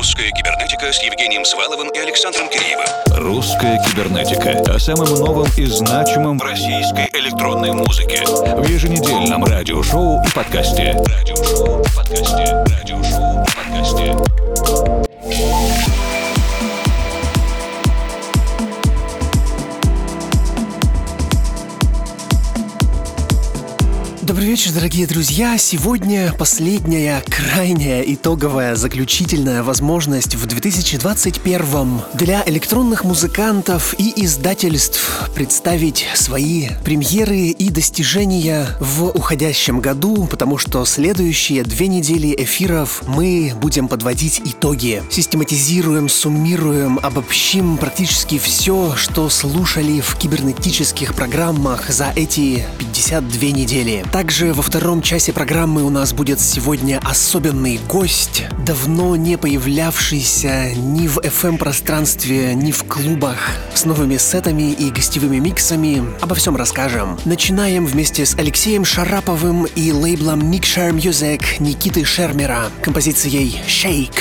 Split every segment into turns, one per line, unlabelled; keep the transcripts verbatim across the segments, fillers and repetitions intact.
«Русская кибернетика» с Евгением Сваловым и Александром Киреевым.
«Русская кибернетика» о самом новом и значимом в российской электронной музыке. В еженедельном радиошоу и подкасте. Радиошоу и подкасте. Радиошоу и подкасте.
Добрый вечер, дорогие друзья! Сегодня последняя, крайняя, итоговая, заключительная возможность в две тысячи двадцать первом для электронных музыкантов и издательств представить свои премьеры и достижения в уходящем году, потому что следующие две недели эфиров мы будем подводить итоги. Систематизируем, суммируем, обобщим практически все, что слушали в кибернетических программах за эти пятьдесят две недели. Также во втором часе программы у нас будет сегодня особенный гость, давно не появлявшийся ни в эф эм-пространстве, ни в клубах, с новыми сетами и гостевыми миксами. Обо всем расскажем. Начинаем вместе с Алексеем Шараповым и лейблом Mixshare Music Никиты Шермера композицией «Shake».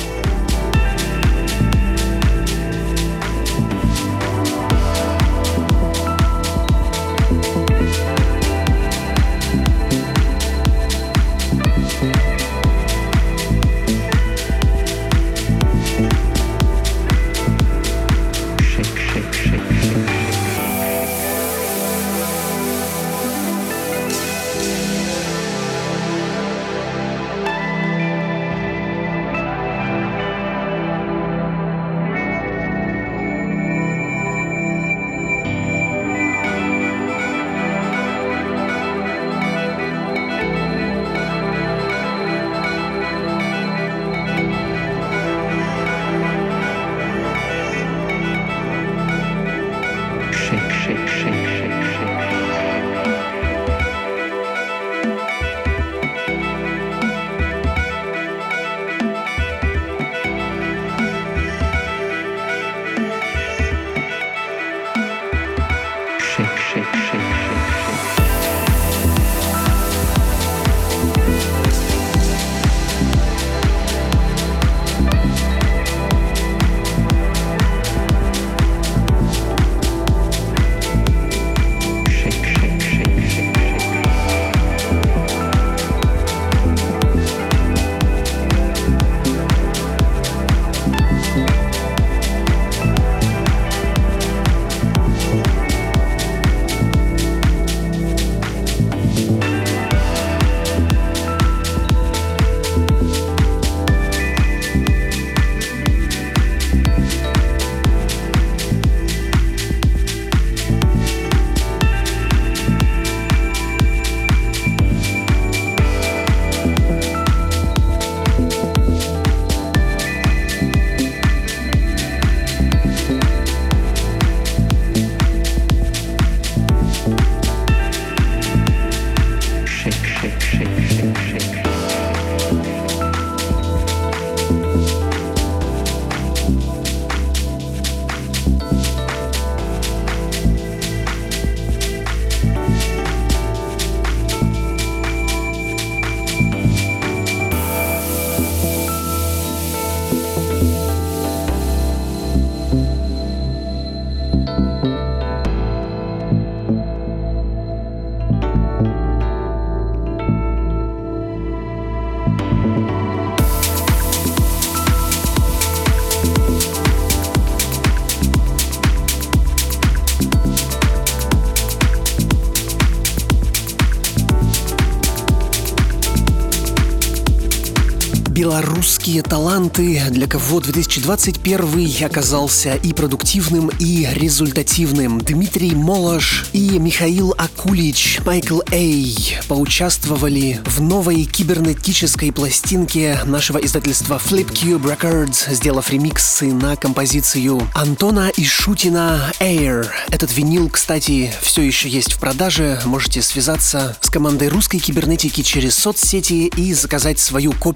Белорусские таланты, для кого две тысячи двадцать первый оказался и продуктивным, и результативным. Дмитрий Молош и Михаил Акулич, Майкл Эй поучаствовали в новой кибернетической пластинке нашего издательства Flipcube Records, сделав ремиксы на композицию Антона Ишутина Air. Этот винил, кстати, все еще есть в продаже. Можете связаться с командой русской кибернетики через соцсети и заказать свою копию.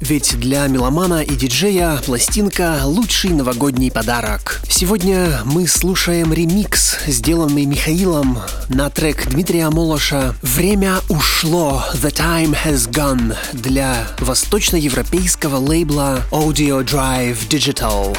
Ведь для меломана и диджея пластинка — лучший новогодний подарок. Сегодня мы слушаем ремикс, сделанный Михаилом на трек Дмитрия Молоша «Время ушло», «The Time Has Gone» для восточноевропейского лейбла Audio Drive Digital.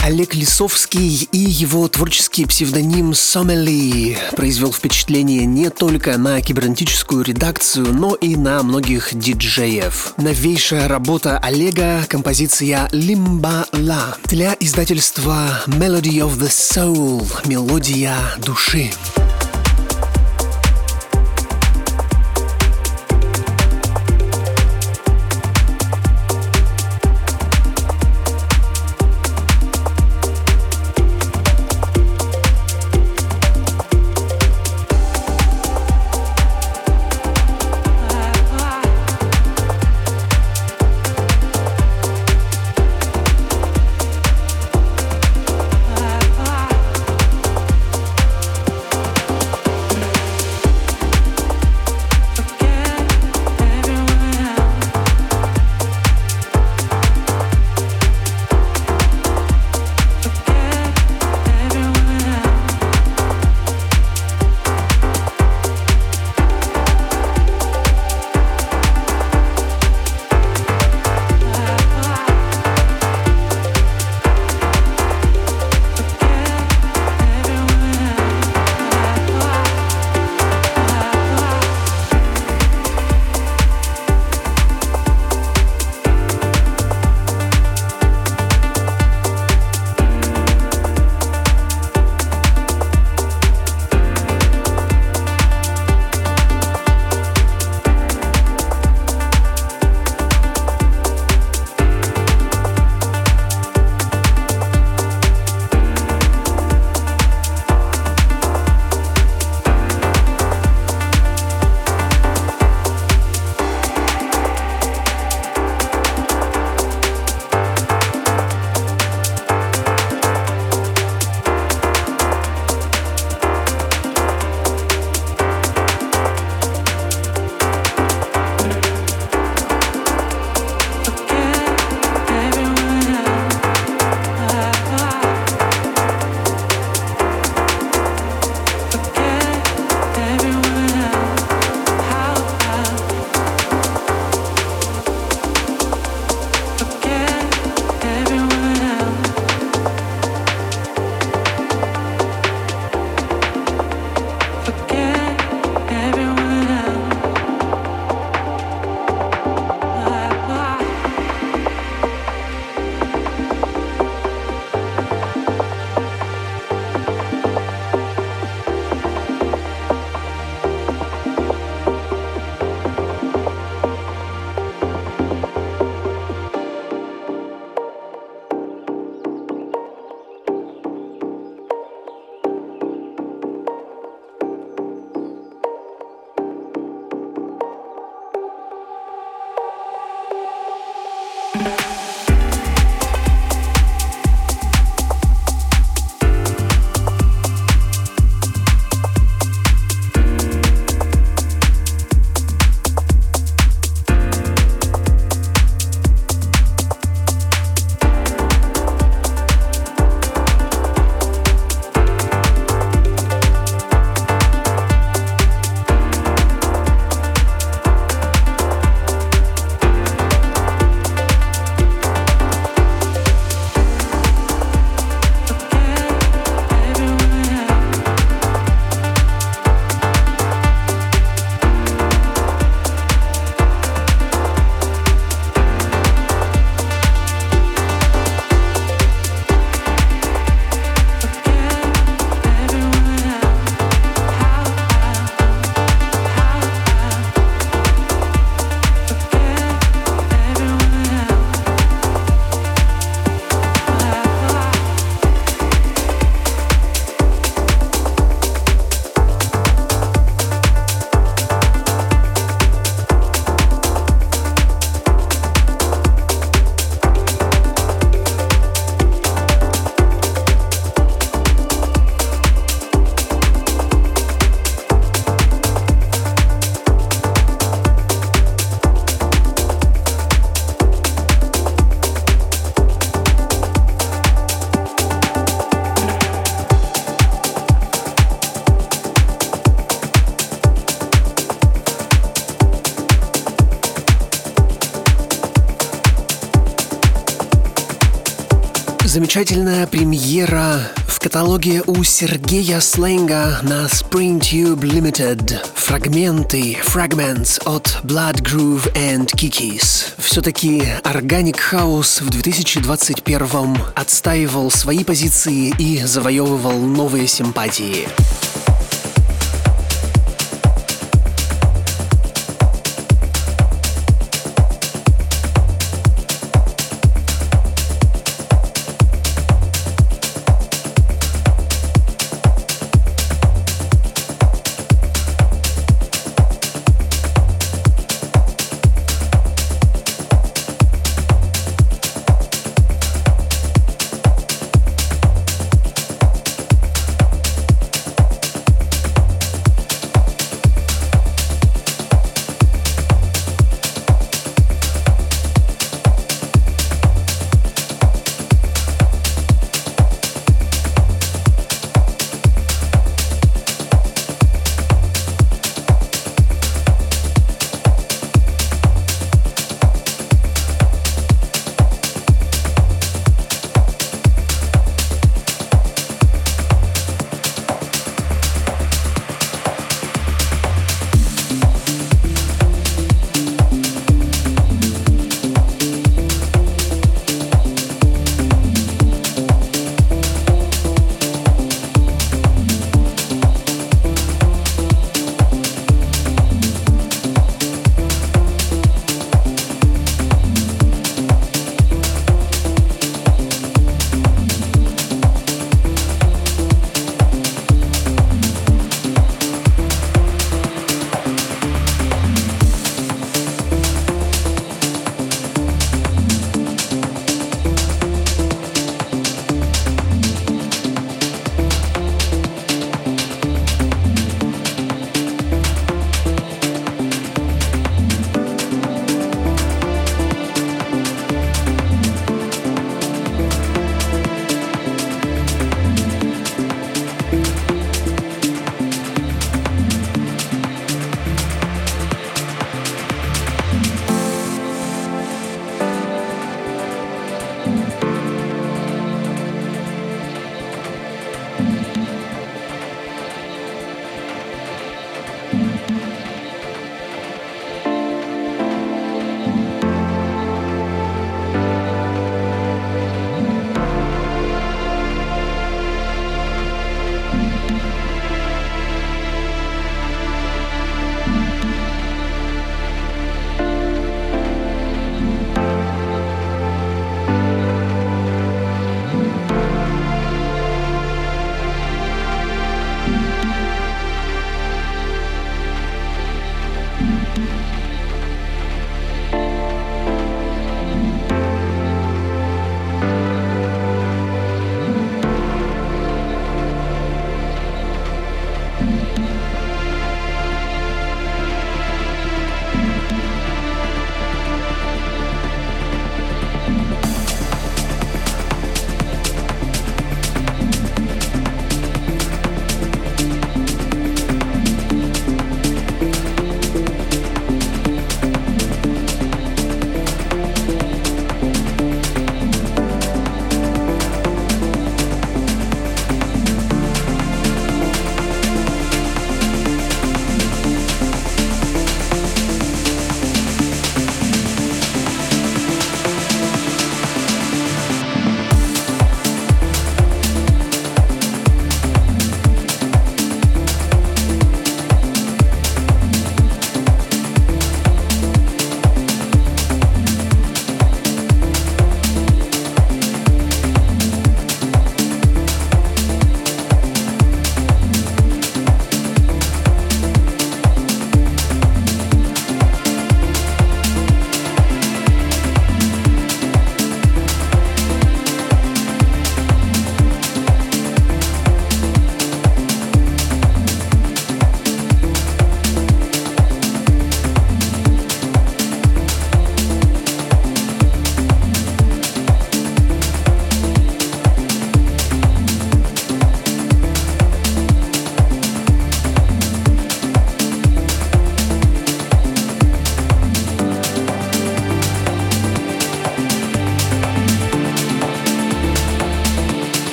Олег Лисовский и его творческий псевдоним Сомели произвел впечатление не только на кибернетическую редакцию, но и на многих диджеев. Новейшая работа Олега — композиция «Лимба-ла» для издательства Melody of the Soul — «Мелодия души». Замечательная премьера в каталоге у Сергея Сленга на Spring Tube Limited. Фрагменты, fragments от Blood Groove and Kikis. Все-таки Organic House в две тысячи двадцать первом отстаивал свои позиции и завоевывал новые симпатии.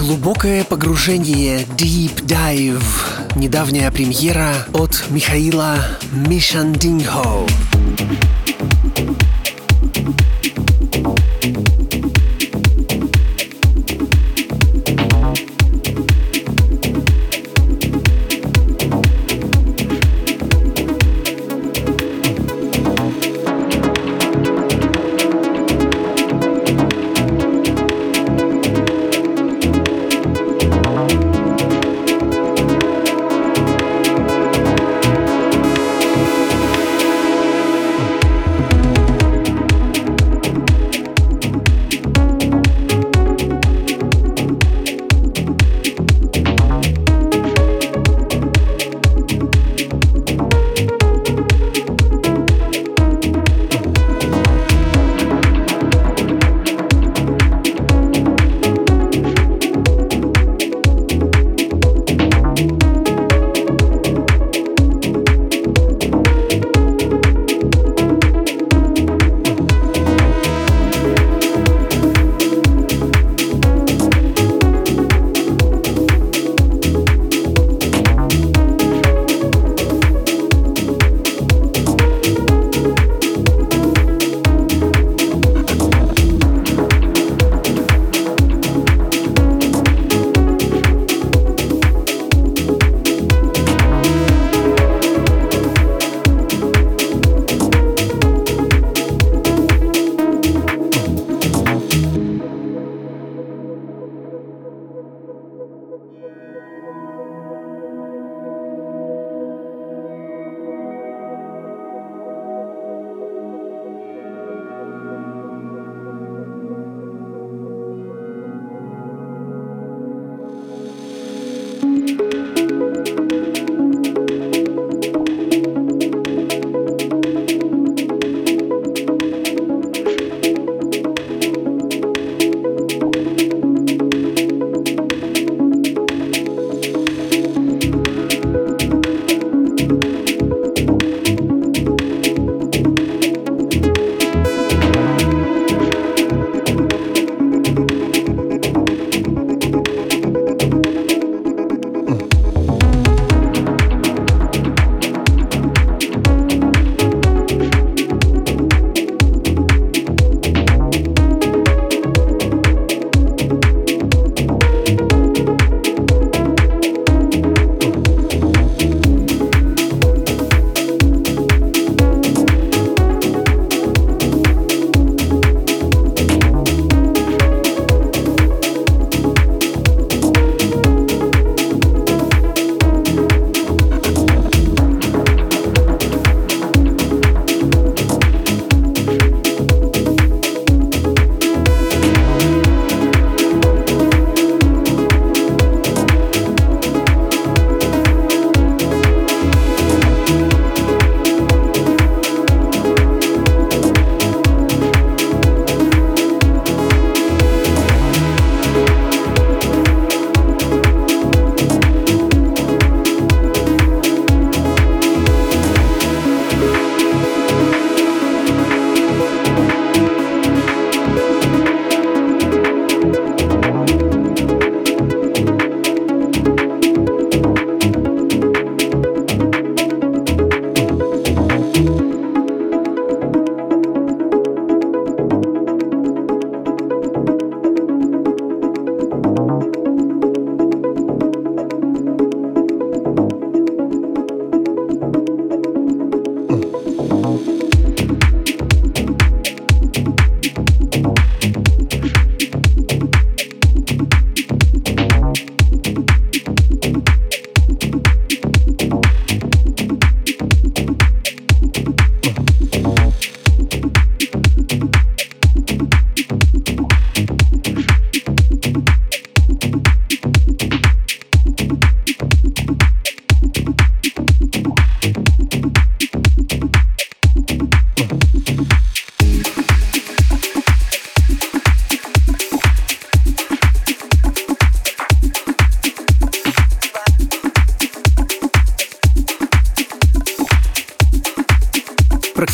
Глубокое погружение, Deep Dive. Недавняя премьера от Михаила Мишандинho.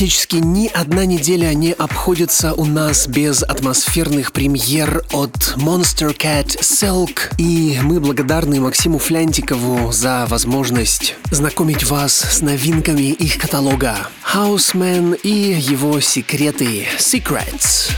Практически ни одна неделя не обходится у нас без атмосферных премьер от Monstercat, Silk, и мы благодарны Максиму Флянтикову за возможность знакомить вас с новинками их каталога Houseman и его секреты Secrets.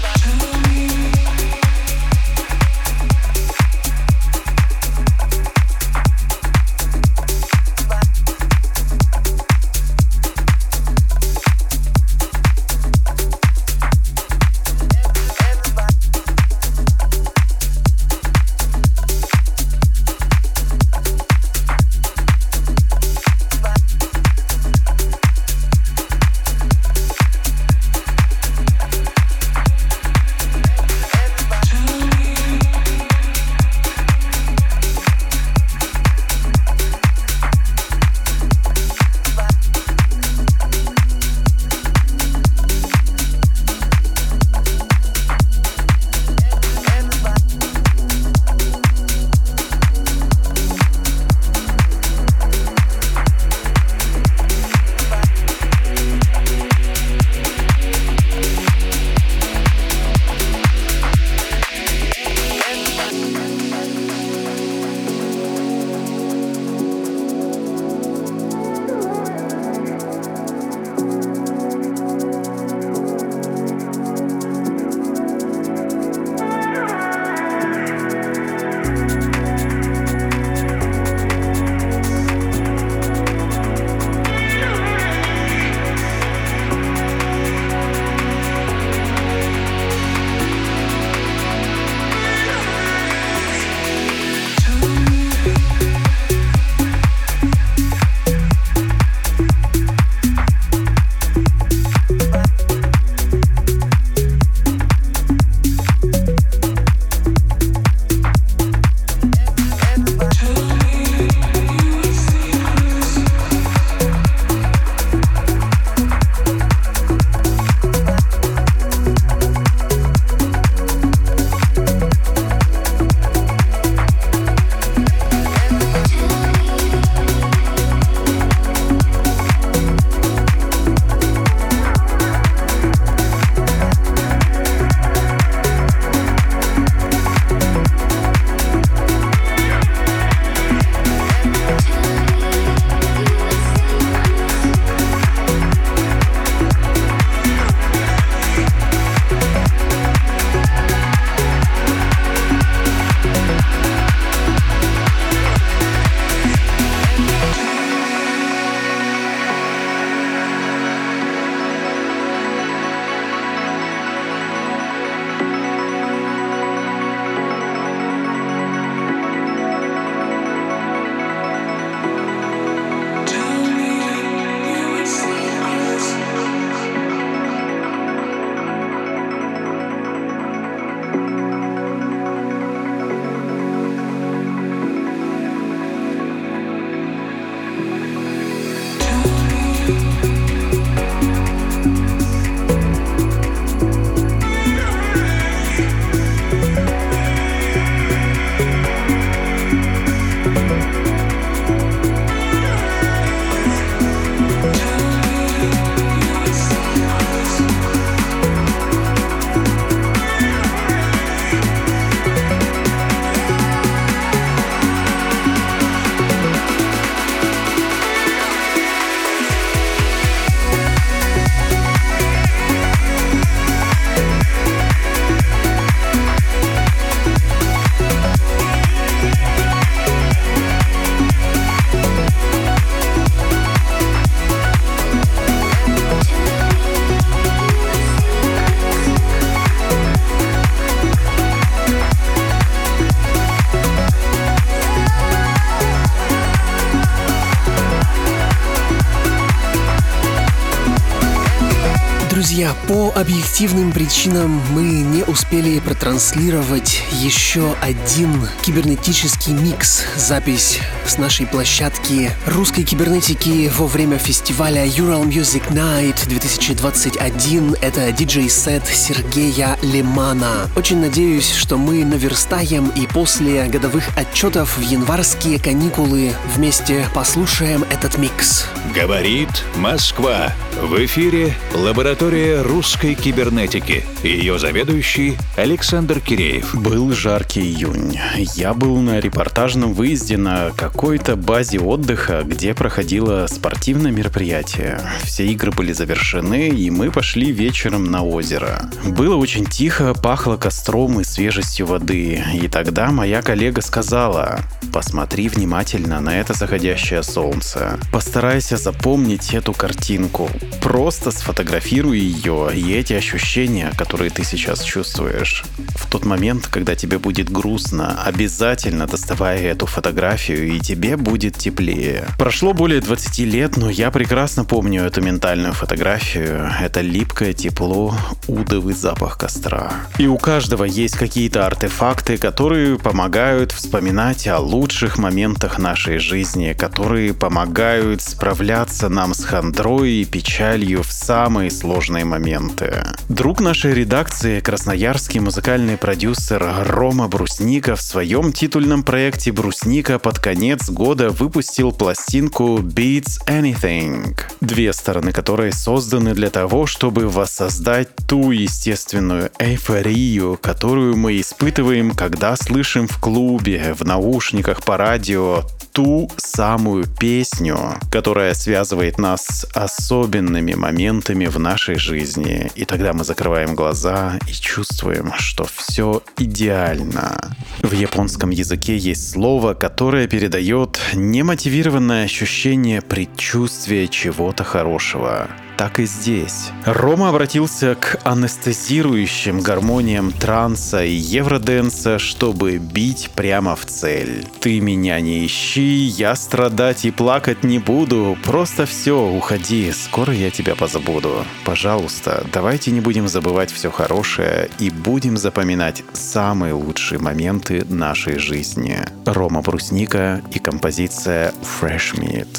Друзья, по объективным причинам мы не успели протранслировать еще один кибернетический микс, запись с нашей площадки русской кибернетики во время фестиваля Ural Music Night две тысячи двадцать один. Это диджей-сет Сергея Лемана. Очень надеюсь, что мы наверстаем и после годовых отчетов в январские каникулы вместе послушаем этот микс.
Говорит Москва. В эфире лаборатория русской кибернетики. Ее заведующий Александр Киреев.
Был жаркий июнь. Я был на репортажном выезде на какой-то базе отдыха, где проходило спортивное мероприятие. Все игры были завершены, и мы пошли вечером на озеро. Было очень тихо, пахло костром и свежестью воды. И тогда моя коллега сказала: посмотри внимательно на это заходящее солнце. Постарайся запомнить эту картинку. Просто сфотографируй ее и эти ощущения, которые ты сейчас чувствуешь. В тот момент, когда тебе будет грустно, обязательно доставай эту фотографию, и тебе будет теплее. Прошло более двадцати лет, но я прекрасно помню эту ментальную фотографию. Это липкое тепло, удовый запах костра. И у каждого есть какие-то артефакты, которые помогают вспоминать о лучших моментах нашей жизни, которые помогают справляться нам с хандрой и печалью в самые сложные моменты. Друг нашей редакции, красноярский музыкальный продюсер Рома Брусника, в своем титульном проекте «Брусника» под конец года выпустил пластинку Beats Anything, две стороны которой созданы для того, чтобы воссоздать ту естественную эйфорию, которую мы испытываем, когда слышим в клубе, в наушниках, по радио ту самую песню, которая связывает нас с особенными моментами в нашей жизни. И тогда мы закрываем глаза и чувствуем, что все идеально. В японском языке есть слово, которое передает немотивированное ощущение предчувствия чего-то хорошего. Так и здесь. Рома обратился к анестезирующим гармониям транса и евроденса, чтобы бить прямо в цель. Ты меня не ищи, я страдать и плакать не буду. Просто все, уходи, скоро я тебя позабуду. Пожалуйста, давайте не будем забывать все хорошее и будем запоминать самые лучшие моменты нашей жизни. Рома Брусника и композиция Fresh Meat.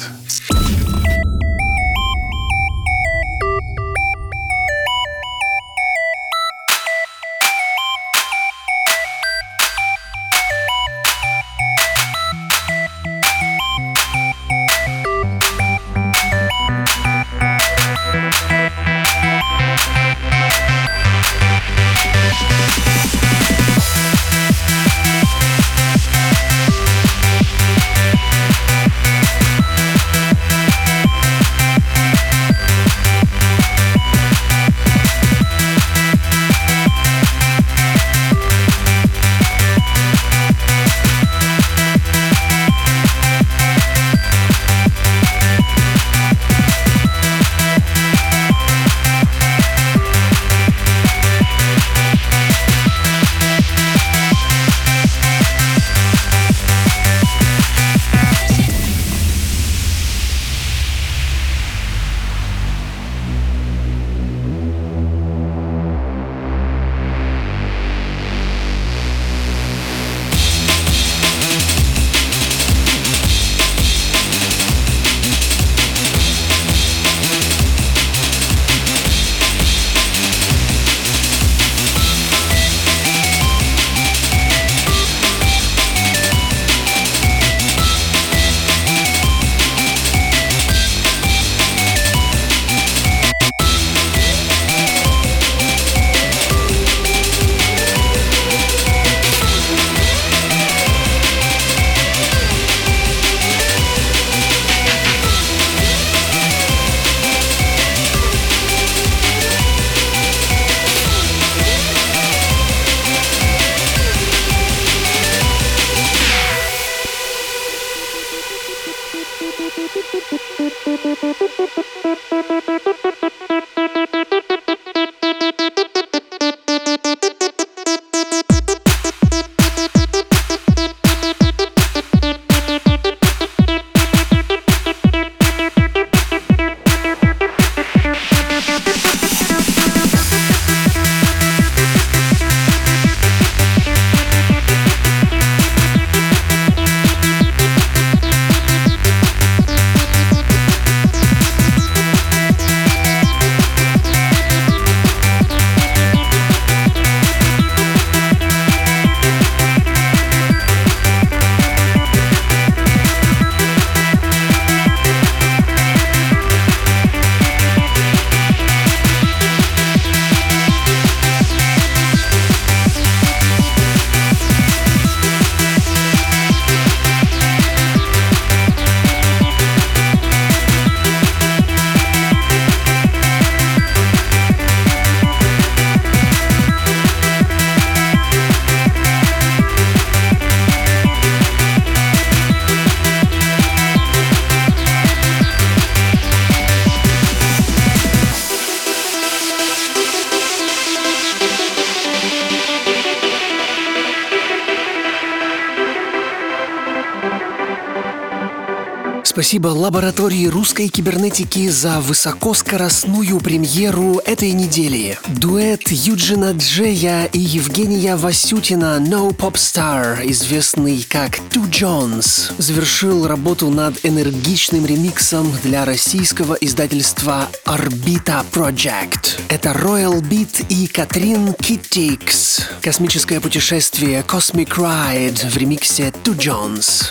Спасибо лаборатории русской кибернетики за высокоскоростную премьеру этой недели. Дуэт Юджина Джея и Евгения Васютина No Pop Star, известный как Two Jones, завершил работу над энергичным ремиксом для российского издательства Orbita Project. Это Royal Beat и Катрин Киттикс. Космическое путешествие Cosmic Ride в ремиксе Two Jones.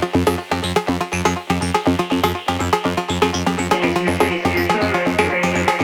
Thank you.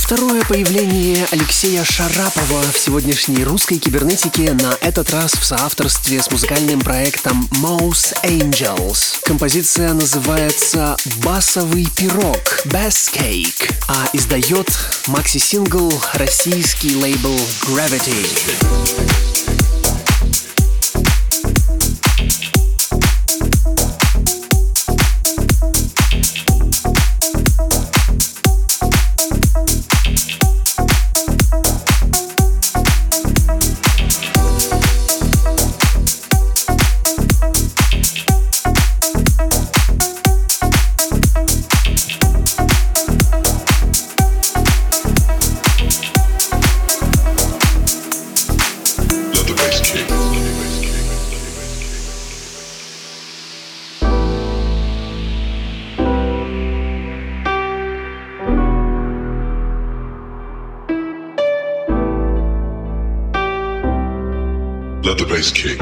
Второе появление Алексея Шарапова в сегодняшней русской кибернетике, на этот раз в соавторстве с музыкальным проектом Mouse Angels. Композиция называется «Басовый пирог» (Bass Cake), а издает макси-сингл российский лейбл Gravity.
Let the bass kick.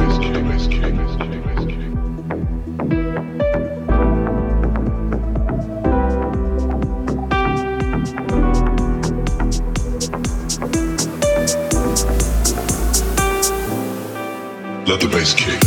Let the bass kick.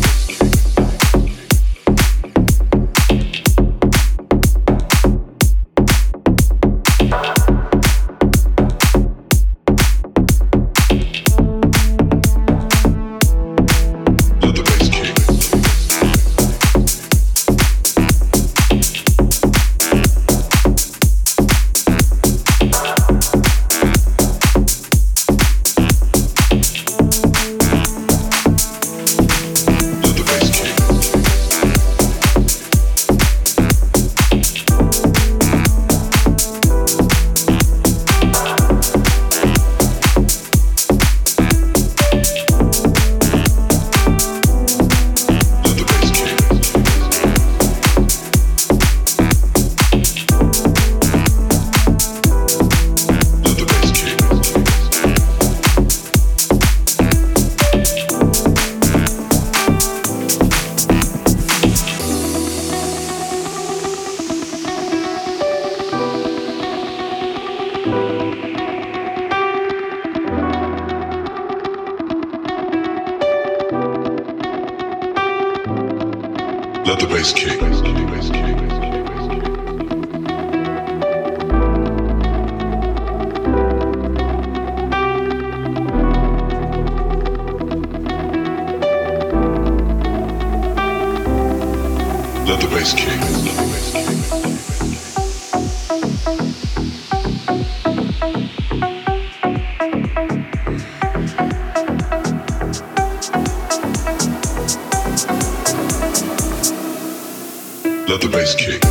Let the bass kick. Let the bass kick. Let the bass kick.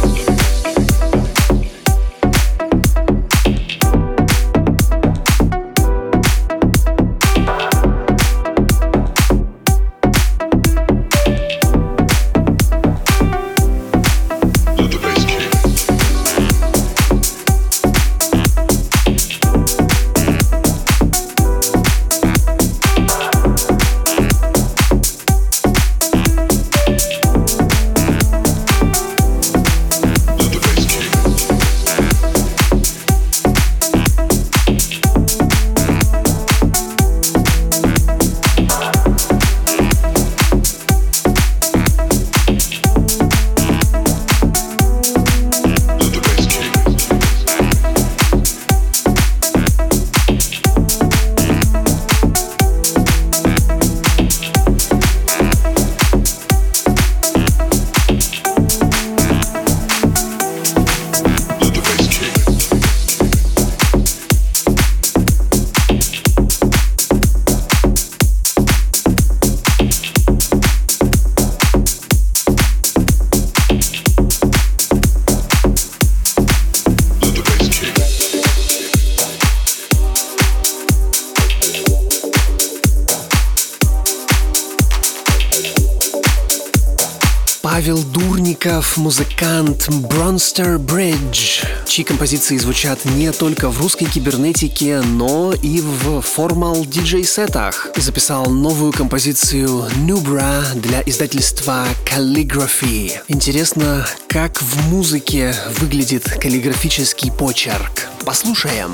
Харьков музыкант Bronster Bridge, чьи композиции звучат не только в русской кибернетике, но и в формал диджей-сетах. Записал новую композицию Nubra для издательства Calligraphy. Интересно, как в музыке выглядит каллиграфический почерк. Послушаем.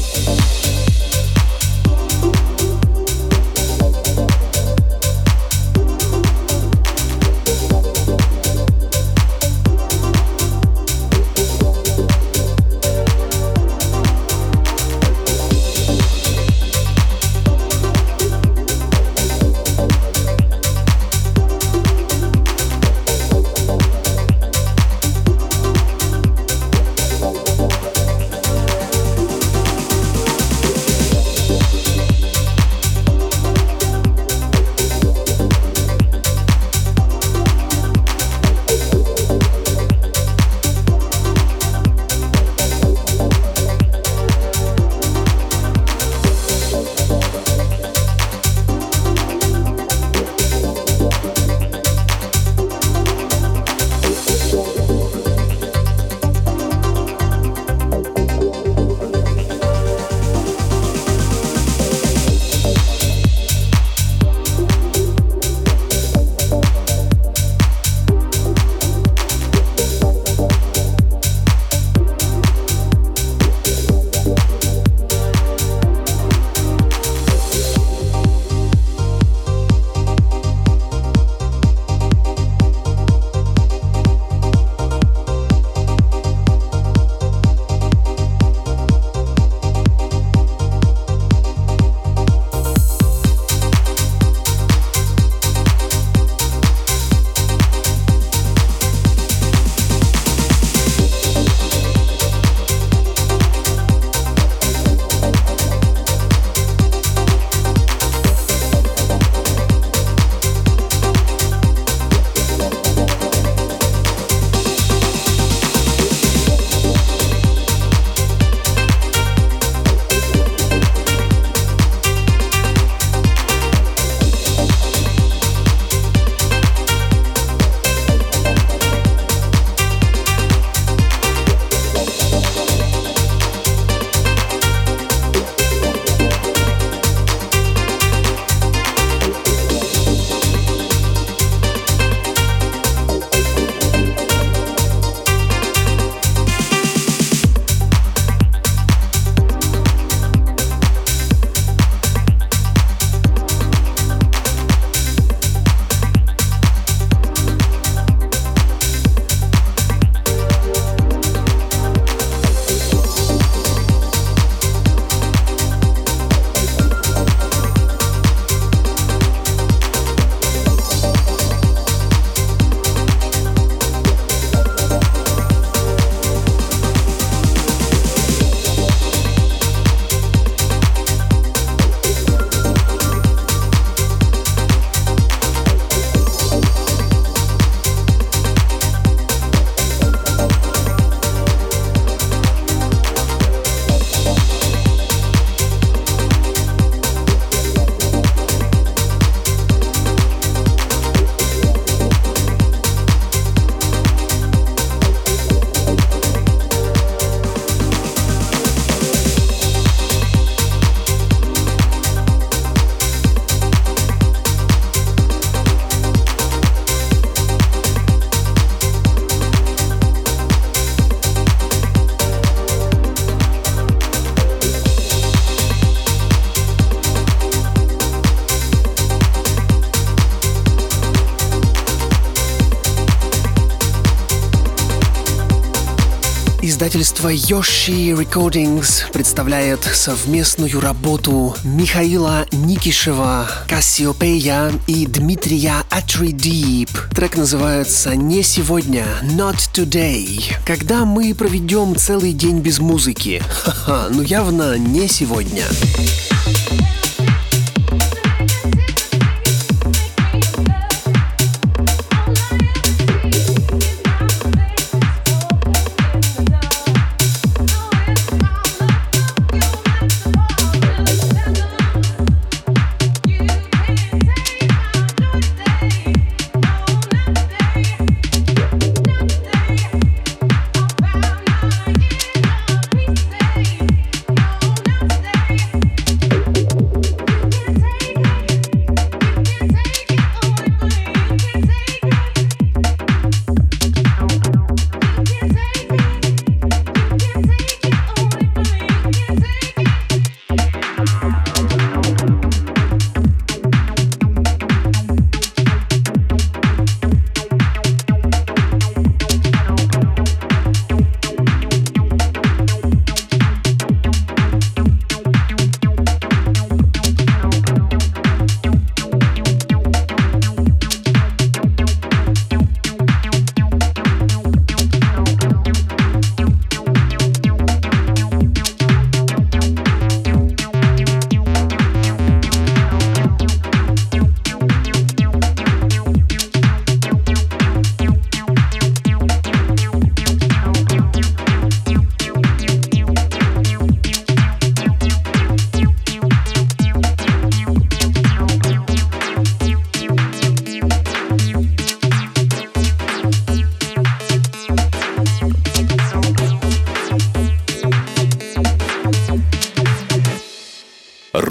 Издательство Yoshi Recordings представляет совместную работу Михаила Никишева, Кассиопея и Дмитрия Атридип. Трек называется «Не сегодня», «Not Today». Когда мы проведем целый день без музыки? Ха-ха, ну явно не сегодня.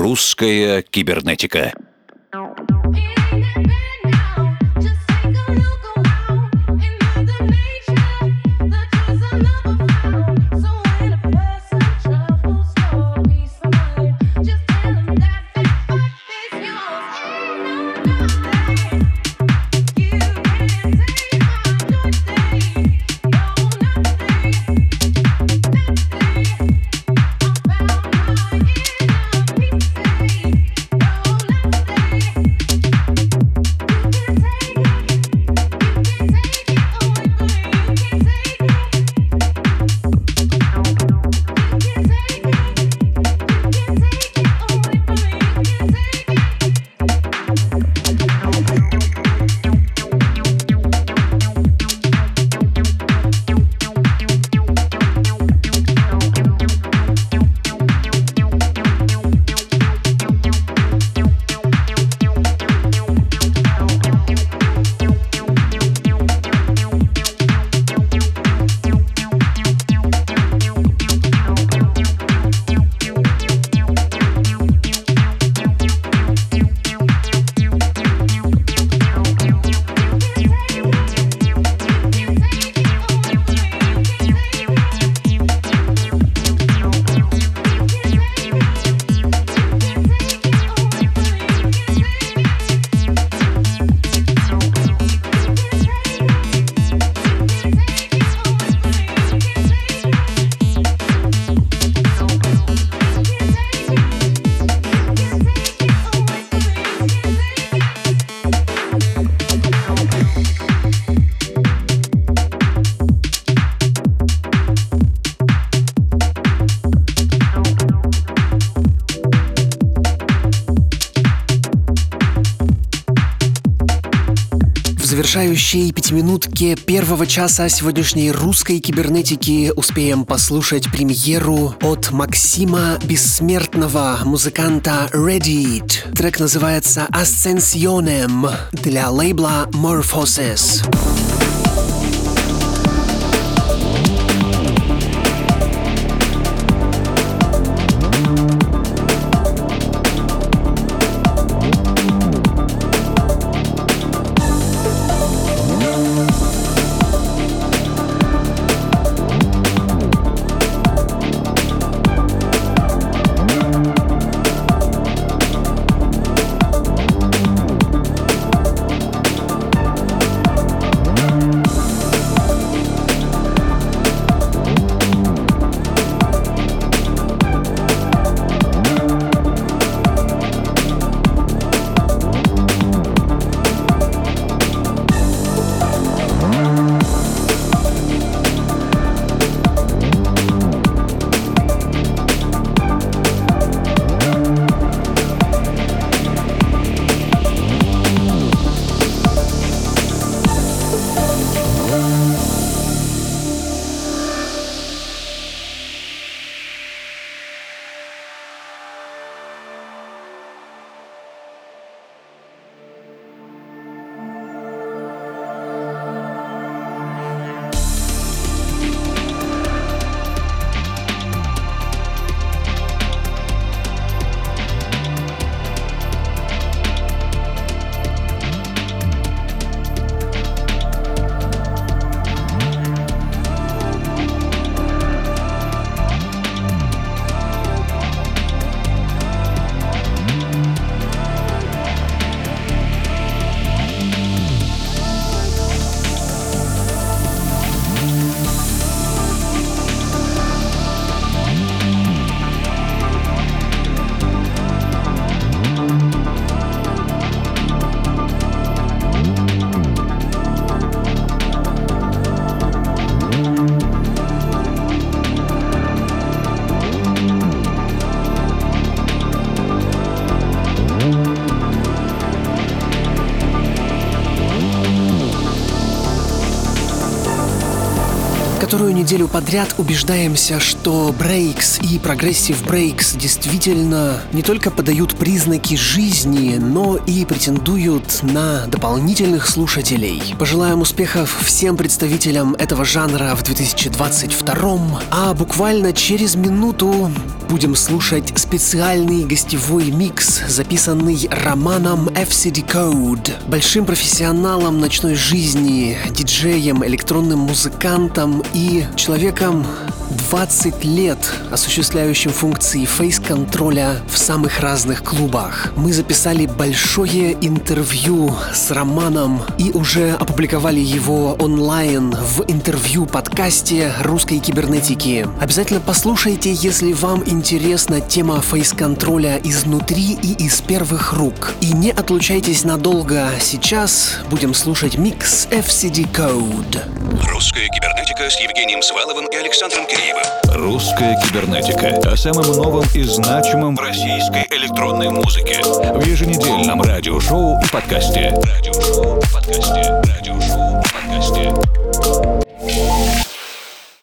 Русская кибернетика.
В завершающей пятиминутке первого часа сегодняшней русской кибернетики успеем послушать премьеру от Максима Бессмертного, музыканта Reddit. Трек называется Ascensionem для лейбла Morphosis. Которую неделю подряд убеждаемся, что брейкс и прогрессив брейкс действительно не только подают признаки жизни, но и претендуют на дополнительных слушателей. Пожелаем успехов всем представителям этого жанра в две тысячи двадцать втором, а буквально через минуту будем слушать специальный гостевой микс, записанный Романом эф си ди Code, большим профессионалом ночной жизни, диджеем, электронным музыкантом и человеком двадцать лет, осуществляющим функции фейс-контроля в самых разных клубах. Мы записали большое интервью с Романом и уже опубликовали его онлайн в интервью-подкасте русской кибернетики. Обязательно послушайте, если вам интересна тема фейс-контроля изнутри и из первых рук. И не отлучайтесь надолго. Сейчас будем слушать микс эф си ди Code.
Русская кибернетика с Евгением Сваловым и Александром Киреевым.
Русская кибернетика о самом новом и значимом в российской электронной музыке в еженедельном радиошоу и подкасте. Радиошоу и подкасте. Радиошоу и подкасте.